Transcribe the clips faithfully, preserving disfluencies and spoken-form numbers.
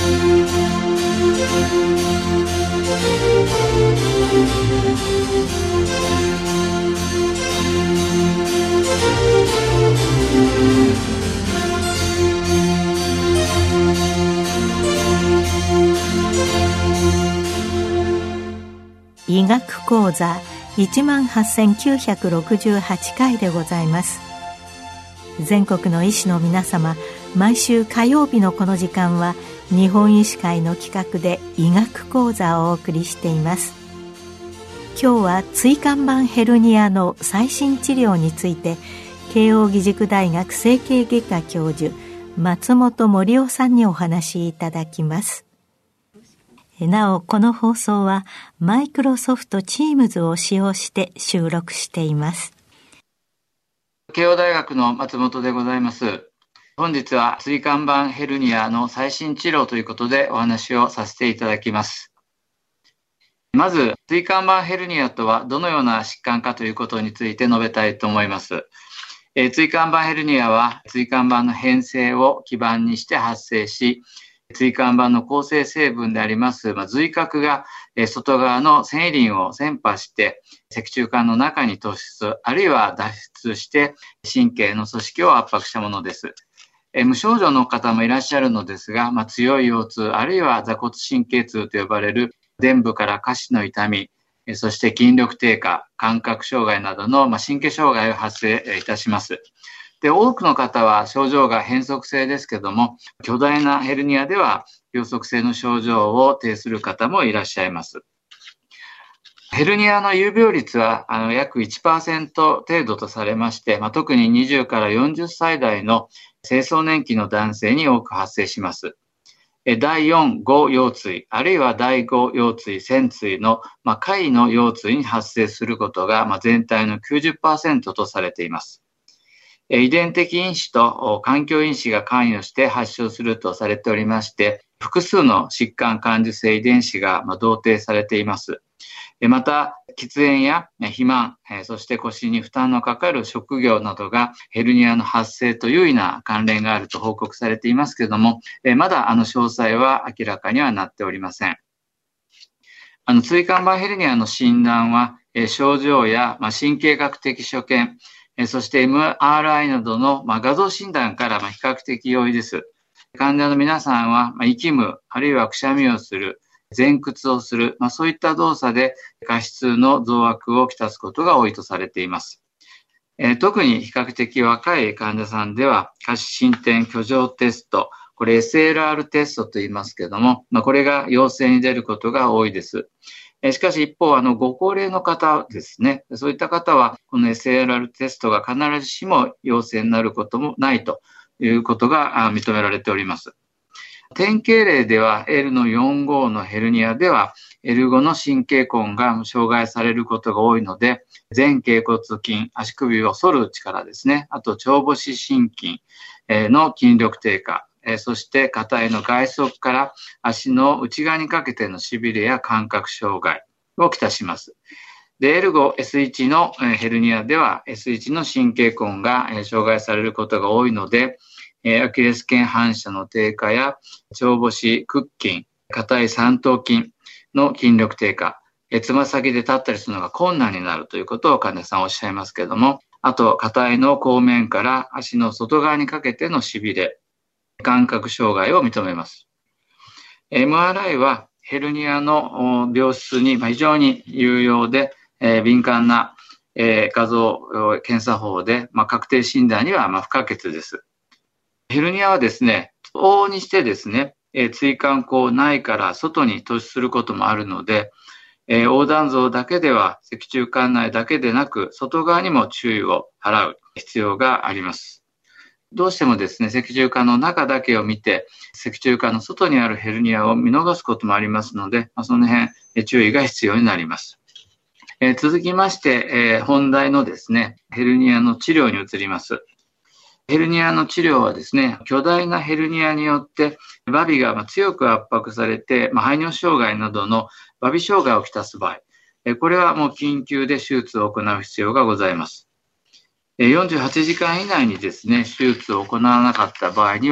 医学講座 いちまんはっせんきゅうひゃくろくじゅうはち 回でございます。全国の医師の皆様、毎週火曜日のこの時間は日本医師会の企画で医学講座をお送りしています。今日は椎間板ヘルニアの最新治療について、慶應義塾大学整形外科教授松本盛夫さんにお話しいただきます。なお、この放送はマイクロソフト Teams を使用して収録しています。 慶応大学の松本でございます。本日は椎間板ヘルニアの最新治療ということでお話をさせていただきます。まず、椎間板ヘルニアとはどのような疾患かということについて述べたいと思います。えー、椎間板ヘルニアは椎間板の変性を基盤にして発生し、椎間板の構成成分であります、まあ、髄核が外側の線維輪を旋波して脊柱管の中に突出、あるいは脱出して神経の組織を圧迫したものです。え無症状の方もいらっしゃるのですが、まあ、強い腰痛、あるいは坐骨神経痛と呼ばれる臀部から下肢の痛み、そして筋力低下、感覚障害などのまあ神経障害を発生いたします。で、多くの方は症状が変則性ですけども、巨大なヘルニアでは両側性の症状を呈する方もいらっしゃいます。ヘルニアの有病率はあの約 いちパーセント 程度とされまして、まあ、特ににじゅうからよんじゅっさい代の青壮年期の男性に多く発生します。だいよん、ご腰椎、あるいはだいご腰椎、仙椎の、まあ、下位の腰椎に発生することが、まあ、全体の きゅうじゅっパーセント とされています。遺伝的因子と環境因子が関与して発症するとされておりまして、複数の疾患感受性遺伝子が同定されています。また、喫煙や肥満、そして腰に負担のかかる職業などがヘルニアの発生と優位な関連があると報告されていますけれども、まだあの詳細は明らかにはなっておりません。あの椎間板ヘルニアの診断は、症状や神経学的所見、そして エムアールアイ などの画像診断から比較的容易です。患者の皆さんは息む、あるいはくしゃみをする、前屈をする、そういった動作で下肢痛の増悪をきたすことが多いとされています。特に比較的若い患者さんでは、下肢伸展挙上テスト、これ エスエルアール テストと言いますけれども、これが陽性に出ることが多いです。しかし一方、あの、ご高齢の方ですね。そういった方は、この エスエルアール テストが必ずしも陽性になることもないということが認められております。典型例では エルのよんじゅうご のヘルニアでは エルご の神経根が障害されることが多いので、前脛骨筋、足首を反る力ですね。あと、腸母子心筋の筋力低下。そして肩への外側から足の内側にかけてのしびれや感覚障害をきたします。で、エルご、エスいち のヘルニアでは エスいち の神経根が障害されることが多いので、アキレス腱反射の低下や腸母子屈筋、硬い三頭筋の筋力低下、つま先で立ったりするのが困難になるということを患者さんおっしゃいますけれども、あと、肩への後面から足の外側にかけてのしびれ、感覚障害を認めます。エムアールアイ はヘルニアの病質に非常に有用で、えー、敏感な、えー、画像検査法で、まあ、確定診断にはまあ不可欠です。ヘルニアはですね、往々にしてですね、えー、椎間孔内から外に突出することもあるので、えー、横断像だけでは脊柱管内だけでなく、外側にも注意を払う必要があります。どうしてもですね、脊柱管の中だけを見て、脊柱管の外にあるヘルニアを見逃すこともありますので、その辺、注意が必要になります。えー、続きまして、えー、本題のですね、ヘルニアの治療に移ります。ヘルニアの治療はですね、巨大なヘルニアによって、バビが強く圧迫されて、まあ、排尿障害などのバビ障害をきたす場合、えー、これはもう緊急で手術を行う必要がございます。よんじゅうはちじかん以内にですね、手術を行わなかった場合には、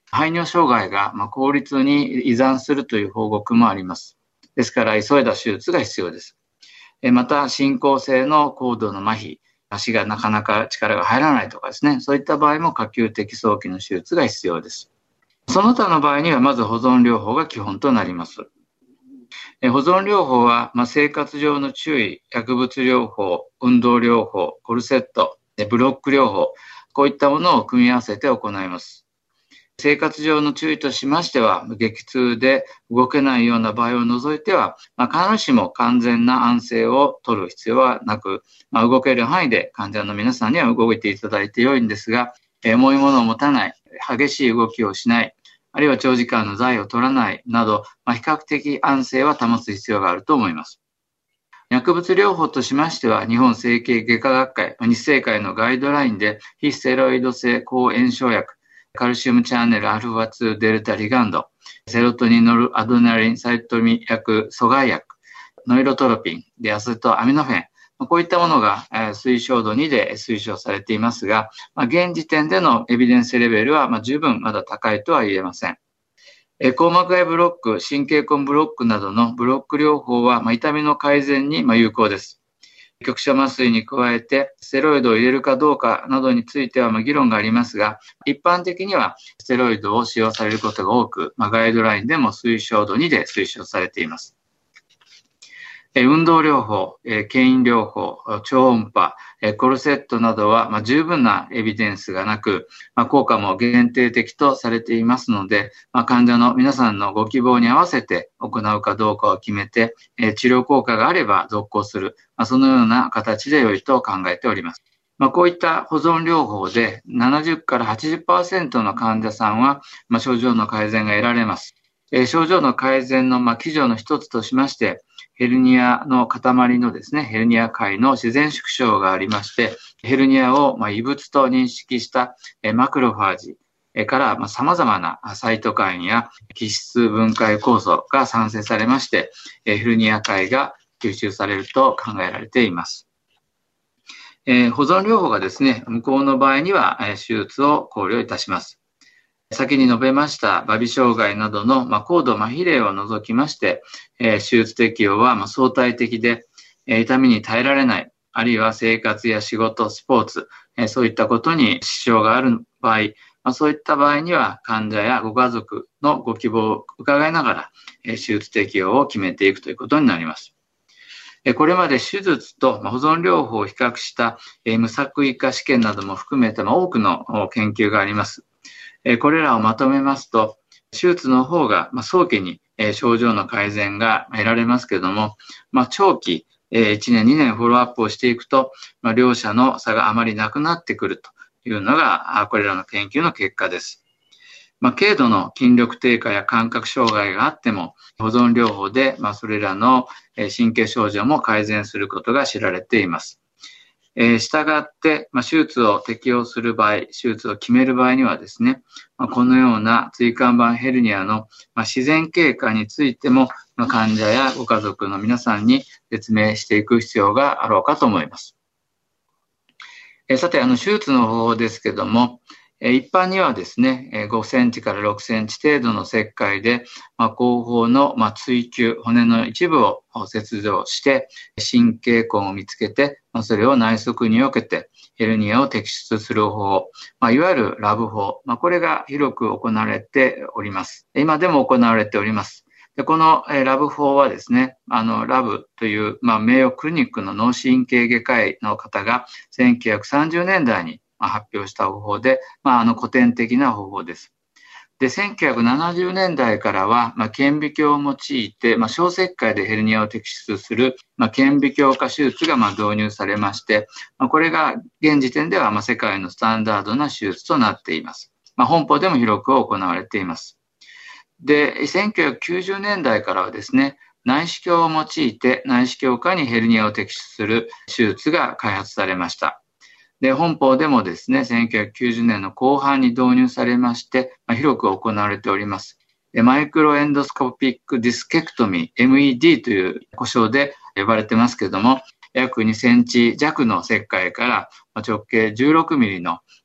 排尿障害が効率に依存するという報告もあります。ですから急いだ手術が必要です。また進行性の高度の麻痺、足がなかなか力が入らないとかですね、そういった場合も可及的早期の手術が必要です。その他の場合にはまず保存療法が基本となります。保存療法は、まあ、生活上の注意、薬物療法、運動療法、コルセット、ブロック療法、こういったものを組み合わせて行います。生活上の注意としましては、激痛で動けないような場合を除いては、まあ、必ずしも完全な安静を取る必要はなく、まあ、動ける範囲で患者の皆さんには動いていただいて良いんですが、重いものを持たない、激しい動きをしない、あるいは長時間の剤を取らないなど、まあ、比較的安静は保つ必要があると思います。薬物療法としましては、日本整形外科学会、日生会のガイドラインで、非ステロイド性抗炎症薬、カルシウムチャンネル アルファツー デルタリガンド、セロトニンノルアドレナリンサイトミ薬阻害薬、ノイロトロピン、でアセトアミノフェン、こういったものが推奨度にで推奨されていますが、現時点でのエビデンスレベルは十分まだ高いとは言えません。硬膜外ブロック、神経根ブロックなどのブロック療法は痛みの改善に有効です。局所麻酔に加えてステロイドを入れるかどうかなどについては議論がありますが、一般的にはステロイドを使用されることが多く、ガイドラインでも推奨度にで推奨されています。運動療法、牽引療法、超音波、コルセットなどは十分なエビデンスがなく、効果も限定的とされていますので、患者の皆さんのご希望に合わせて行うかどうかを決めて、治療効果があれば続行する、そのような形で良いと考えております。こういった保存療法でななじゅっからはちじゅっパーセントの患者さんは症状の改善が得られます。症状の改善の基準の一つとしまして、ヘルニアの塊のですね、ヘルニア塊の自然縮小がありまして、ヘルニアを異物と認識したマクロファージから様々なサイトカインや基質分解酵素が産生されまして、ヘルニア塊が吸収されると考えられています。保存療法がですね、無効の場合には手術を考慮いたします。先に述べました馬尾障害などの高度麻痺例を除きまして、手術適用は相対的で、痛みに耐えられない、あるいは生活や仕事、スポーツ、そういったことに支障がある場合、そういった場合には患者やご家族のご希望を伺いながら、手術適用を決めていくということになります。これまで手術と保存療法を比較した無作為化試験なども含めて多くの研究があります。これらをまとめますと、手術の方が早期に症状の改善が得られますけれども、長期いちねん、にねんフォローアップをしていくと、両者の差があまりなくなってくるというのが、これらの研究の結果です。軽度の筋力低下や感覚障害があっても、保存療法でそれらの神経症状も改善することが知られています。したがって、手術を適用する場合、手術を決める場合にはですね、このような椎間板ヘルニアの自然経過についても、患者やご家族の皆さんに説明していく必要があろうかと思います。さて、あの手術の方法ですけども、一般にはですね、ごセンチからろくセンチ程度の切開で、後方の椎球、骨の一部を切除して、神経根を見つけて、それを内側によけて、ヘルニアを摘出する方法、いわゆるラブ法、これが広く行われております。今でも行われております。でこのラブ法はですね、あのラブという、まあ、名誉クリニックの脳神経外科医の方がせんきゅうひゃくさんじゅうねんだいに発表した方法で、まあ、あの古典的な方法です。で、せんきゅうひゃくななじゅうねんだいからは、まあ、顕微鏡を用いて、まあ、小切開でヘルニアを摘出する、まあ、顕微鏡化手術がまあ導入されまして、まあ、これが現時点ではまあ世界のスタンダードな手術となっています。まあ、本邦でも広く行われています。で、せんきゅうひゃくきゅうじゅうねんだいからはですね、内視鏡を用いて内視鏡下にヘルニアを摘出する手術が開発されました。で、本邦でもですね、せんきゅうひゃくきゅうじゅうねんの後半に導入されまして、まあ、広く行われております。で、マイクロエンドスコピックディスケクトミー、エムイーディー という呼称で呼ばれてますけれども、約にセンチ弱の切開から直径じゅうろくミリの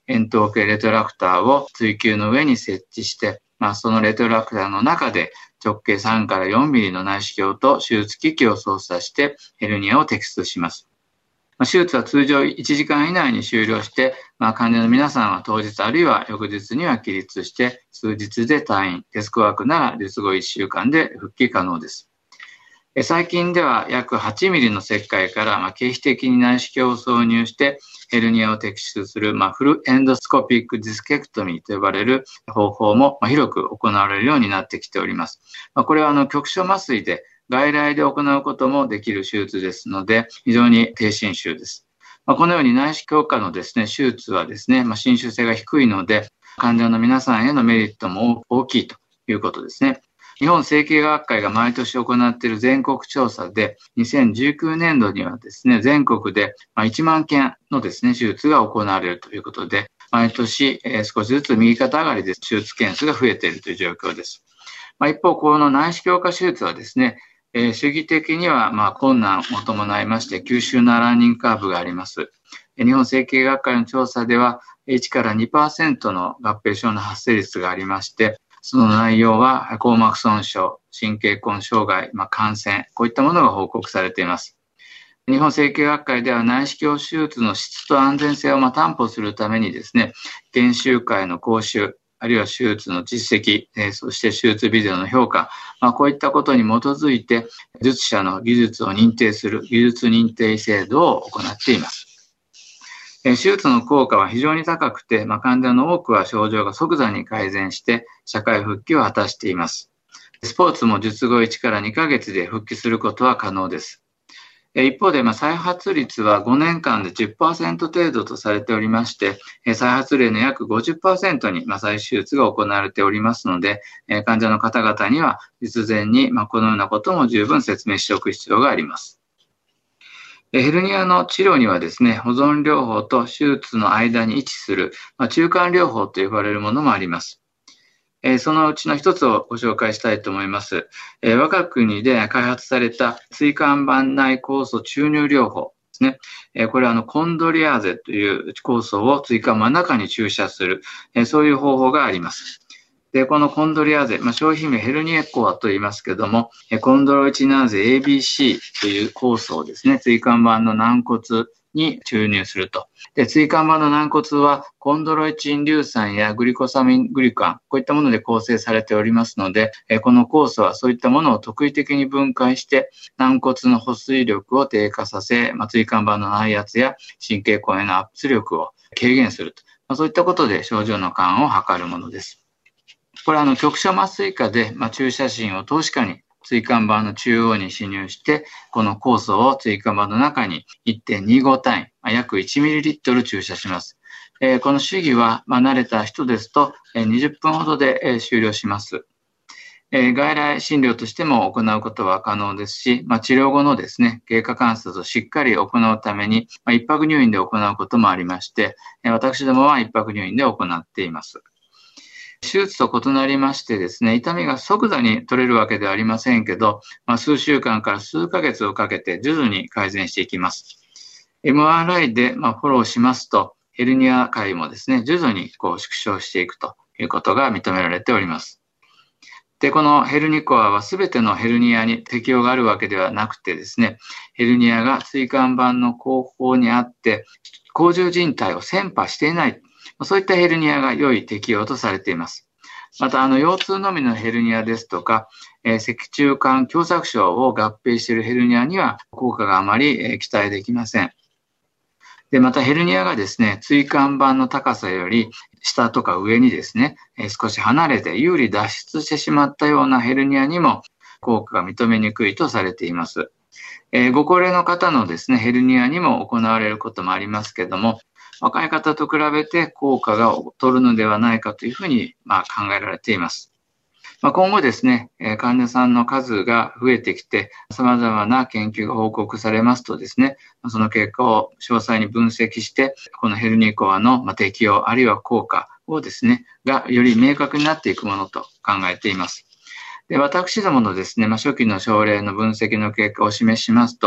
円筒形レトラクターを椎球の上に設置して、まあ、そのレトラクターの中で直径さんからよんミリの内視鏡と手術機器を操作してヘルニアを摘出します。まあ、手術は通常いちじかん以内に終了して、まあ、患者の皆さんは当日あるいは翌日には起立して数日で退院、デスクワークなら術後いっしゅうかんで復帰可能です。最近では約はちミリの切開からまあ経皮的に内視鏡を挿入してヘルニアを摘出する、まあ、フルエンドスコピックディスケクトミーと呼ばれる方法も広く行われるようになってきております。まあ、これはあの局所麻酔で外来で行うこともできる手術ですので非常に低侵襲です。まあ、このように内視鏡下のですね手術はですね、まあ、侵襲性が低いので患者の皆さんへのメリットも大きいということですね。日本整形学会が毎年行っている全国調査で、にせんじゅうきゅうねんどにはですね、全国でいちまんけんのですね、手術が行われるということで、毎年少しずつ右肩上がりで手術件数が増えているという状況です。まあ、一方、この内視鏡下手術はですね、主義的にはまあ困難を伴いまして、急峻なラーニングカーブがあります。日本整形学会の調査では、いちからにパーセントの合併症の発生率がありまして、その内容は硬膜損傷、神経根障害、まあ、感染、こういったものが報告されています。日本整形学会では内視鏡手術の質と安全性をまあ担保するためにですね、研修会の講習、あるいは手術の実績、えー、そして手術ビデオの評価、まあ、こういったことに基づいて、術者の技術を認定する技術認定制度を行っています。手術の効果は非常に高くて、まあ、患者の多くは症状が即座に改善して社会復帰を果たしています。スポーツも術後いちからにかげつで復帰することは可能です。一方で、まあ、再発率はごねんかんで じゅっパーセント 程度とされておりまして、再発例の約 ごじゅっパーセント に、まあ、再手術が行われておりますので、患者の方々には術前に、まあ、このようなことも十分説明しておく必要があります。ヘルニアの治療にはですね、保存療法と手術の間に位置する、まあ、中間療法と呼ばれるものもあります。えー、そのうちの一つをご紹介したいと思います。えー、我が国で開発された椎間板内酵素注入療法ですね。えー、これはあのコンドリアーゼという酵素を椎間板の中に注射する、えー、そういう方法があります。で、このコンドリアーゼ、まあ、商品名ヘルニエコアと言いますけども、コンドロイチナーゼ エービーシー という酵素をですね、椎間板の軟骨に注入すると。で、椎間板の軟骨はコンドロイチン硫酸やグリコサミングリカン、こういったもので構成されておりますので、この酵素はそういったものを特異的に分解して軟骨の保水力を低下させ、まあ、椎間板の内圧や神経根への圧力を軽減すると。まあ、そういったことで症状の緩和を図るものです。これはあの局所麻酔下で、まあ、注射針を投資下に椎間板の中央に侵入して、この酵素を椎間板の中に いってんにご 単位、まあ、約いちミリリットル注射します。えー、この手技は、まあ、慣れた人ですとにじゅっぷんほどで、えー、終了します。えー、外来診療としても行うことは可能ですし、まあ、治療後のですね、経過観察をしっかり行うために、まあ、一泊入院で行うこともありまして、えー、私どもは一泊入院で行っています。手術と異なりましてですね、痛みが即座に取れるわけではありませんけど、まあ、数週間から数ヶ月をかけて徐々に改善していきます。エムアールアイ でまあフォローしますと、ヘルニア回もですね、徐々にこう縮小していくということが認められております。で、このヘルニコアはすべてのヘルニアに適用があるわけではなくてですね、ヘルニアが椎間板の後方にあって、甲状靭帯を旋破していない、そういったヘルニアが良い適用とされています。また、あの、腰痛のみのヘルニアですとか、えー、脊柱管狭窄症を合併しているヘルニアには効果があまり、えー、期待できません。で、またヘルニアがですね、椎間板の高さより下とか上にですね、えー、少し離れて有利脱出してしまったようなヘルニアにも効果が認めにくいとされています。えー、ご高齢の方のですね、ヘルニアにも行われることもありますけども、若い方と比べて効果が劣るのではないかというふうに、まあ、考えられています。まあ、今後ですね、患者さんの数が増えてきて、様々な研究が報告されますとですね、その結果を詳細に分析して、このヘルニコアの適用あるいは効果をですね、がより明確になっていくものと考えています。で、私どものですね、まあ、初期の症例の分析の結果を示しますと、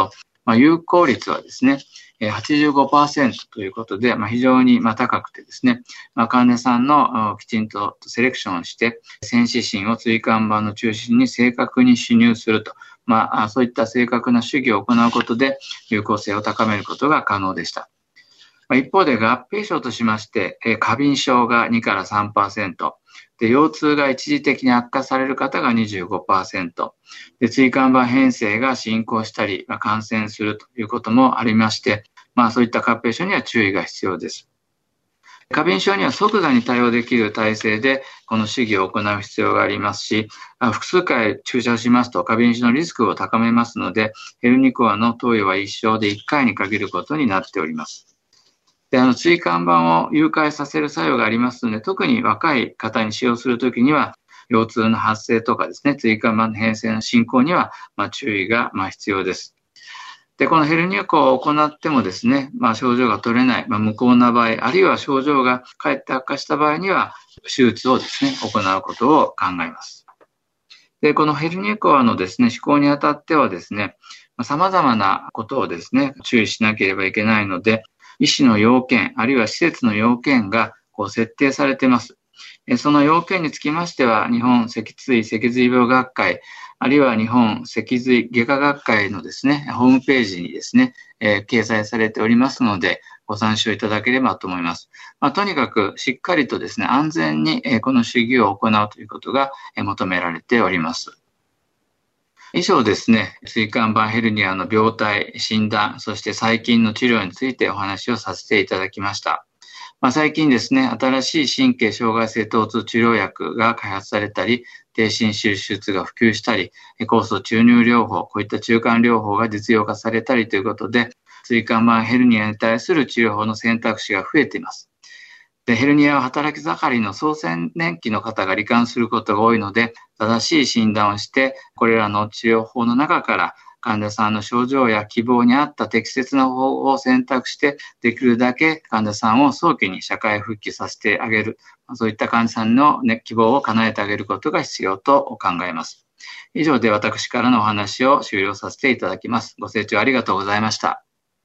まあ、有効率はですね、はちじゅうごパーセント ということで、まあ、非常にまあ高くてですね、まあ、患者さんのきちんとセレクションして、線指針を椎間板の中心に正確に注入すると、まあ、そういった正確な手技を行うことで、有効性を高めることが可能でした。一方で合併症としまして、過敏症がにからさんパーセント、で腰痛が一時的に悪化される方が にじゅうごパーセント、で椎間板変性が進行したり、まあ、感染するということもありまして、まあ、そういった合併症には注意が必要です。過敏症には即座に対応できる体制でこの手技を行う必要がありますし、複数回注射をしますと過敏症のリスクを高めますので、ヘルニコアの投与は一生でいっかいに限ることになっております。で、あの、椎間板を誘拐させる作用がありますので、特に若い方に使用するときには、腰痛の発生とかですね、椎間板の変性の進行には、まあ、注意が、まあ、必要です。で、このヘルニコアを行ってもですね、まあ、症状が取れない、まあ、無効な場合、あるいは症状がかえって悪化した場合には、手術をですね、行うことを考えます。で、このヘルニコアのですね、施行にあたってはですね、様々なことをですね、注意しなければいけないので、医師の要件、あるいは施設の要件がこう設定されています。その要件につきましては、日本脊椎脊髄病学会、あるいは日本脊髄外科学会のですね、ホームページにですね、えー、掲載されておりますので、ご参照いただければと思います。まあ、とにかくしっかりとですね、安全にこの手技を行うということが求められております。以上ですね、椎間板ヘルニアの病態、診断、そして最近の治療についてお話をさせていただきました。まあ、最近ですね、新しい神経障害性疼痛治療薬が開発されたり、低侵襲手術が普及したり、酵素注入療法、こういった中間療法が実用化されたりということで、椎間板ヘルニアに対する治療法の選択肢が増えています。で、ヘルニアは働き盛りの総青年期の方が罹患することが多いので、正しい診断をして、これらの治療法の中から患者さんの症状や希望に合った適切な方法を選択して、できるだけ患者さんを早期に社会復帰させてあげる、そういった患者さんの、ね、希望を叶えてあげることが必要と考えます。以上で私からのお話を終了させていただきます。ご清聴ありがとうございました。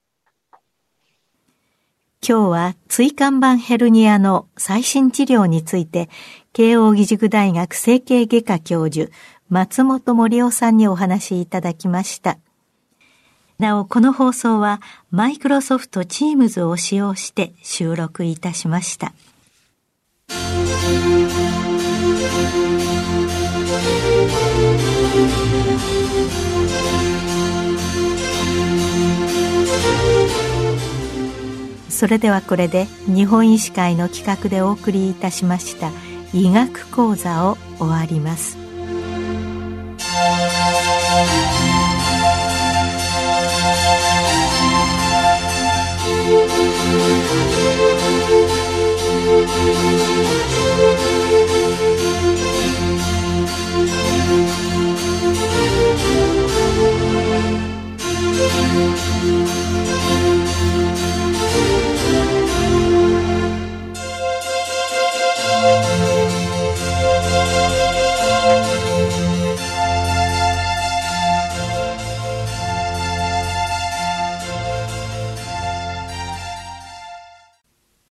今日は椎間板ヘルニアの最新治療について、慶應義塾大学整形外科教授、松本盛夫さんにお話しいただきました。なお、この放送はマイクロソフト Teams を使用して収録いたしました。それではこれで日本医師会の企画でお送りいたしました医学講座を終わります。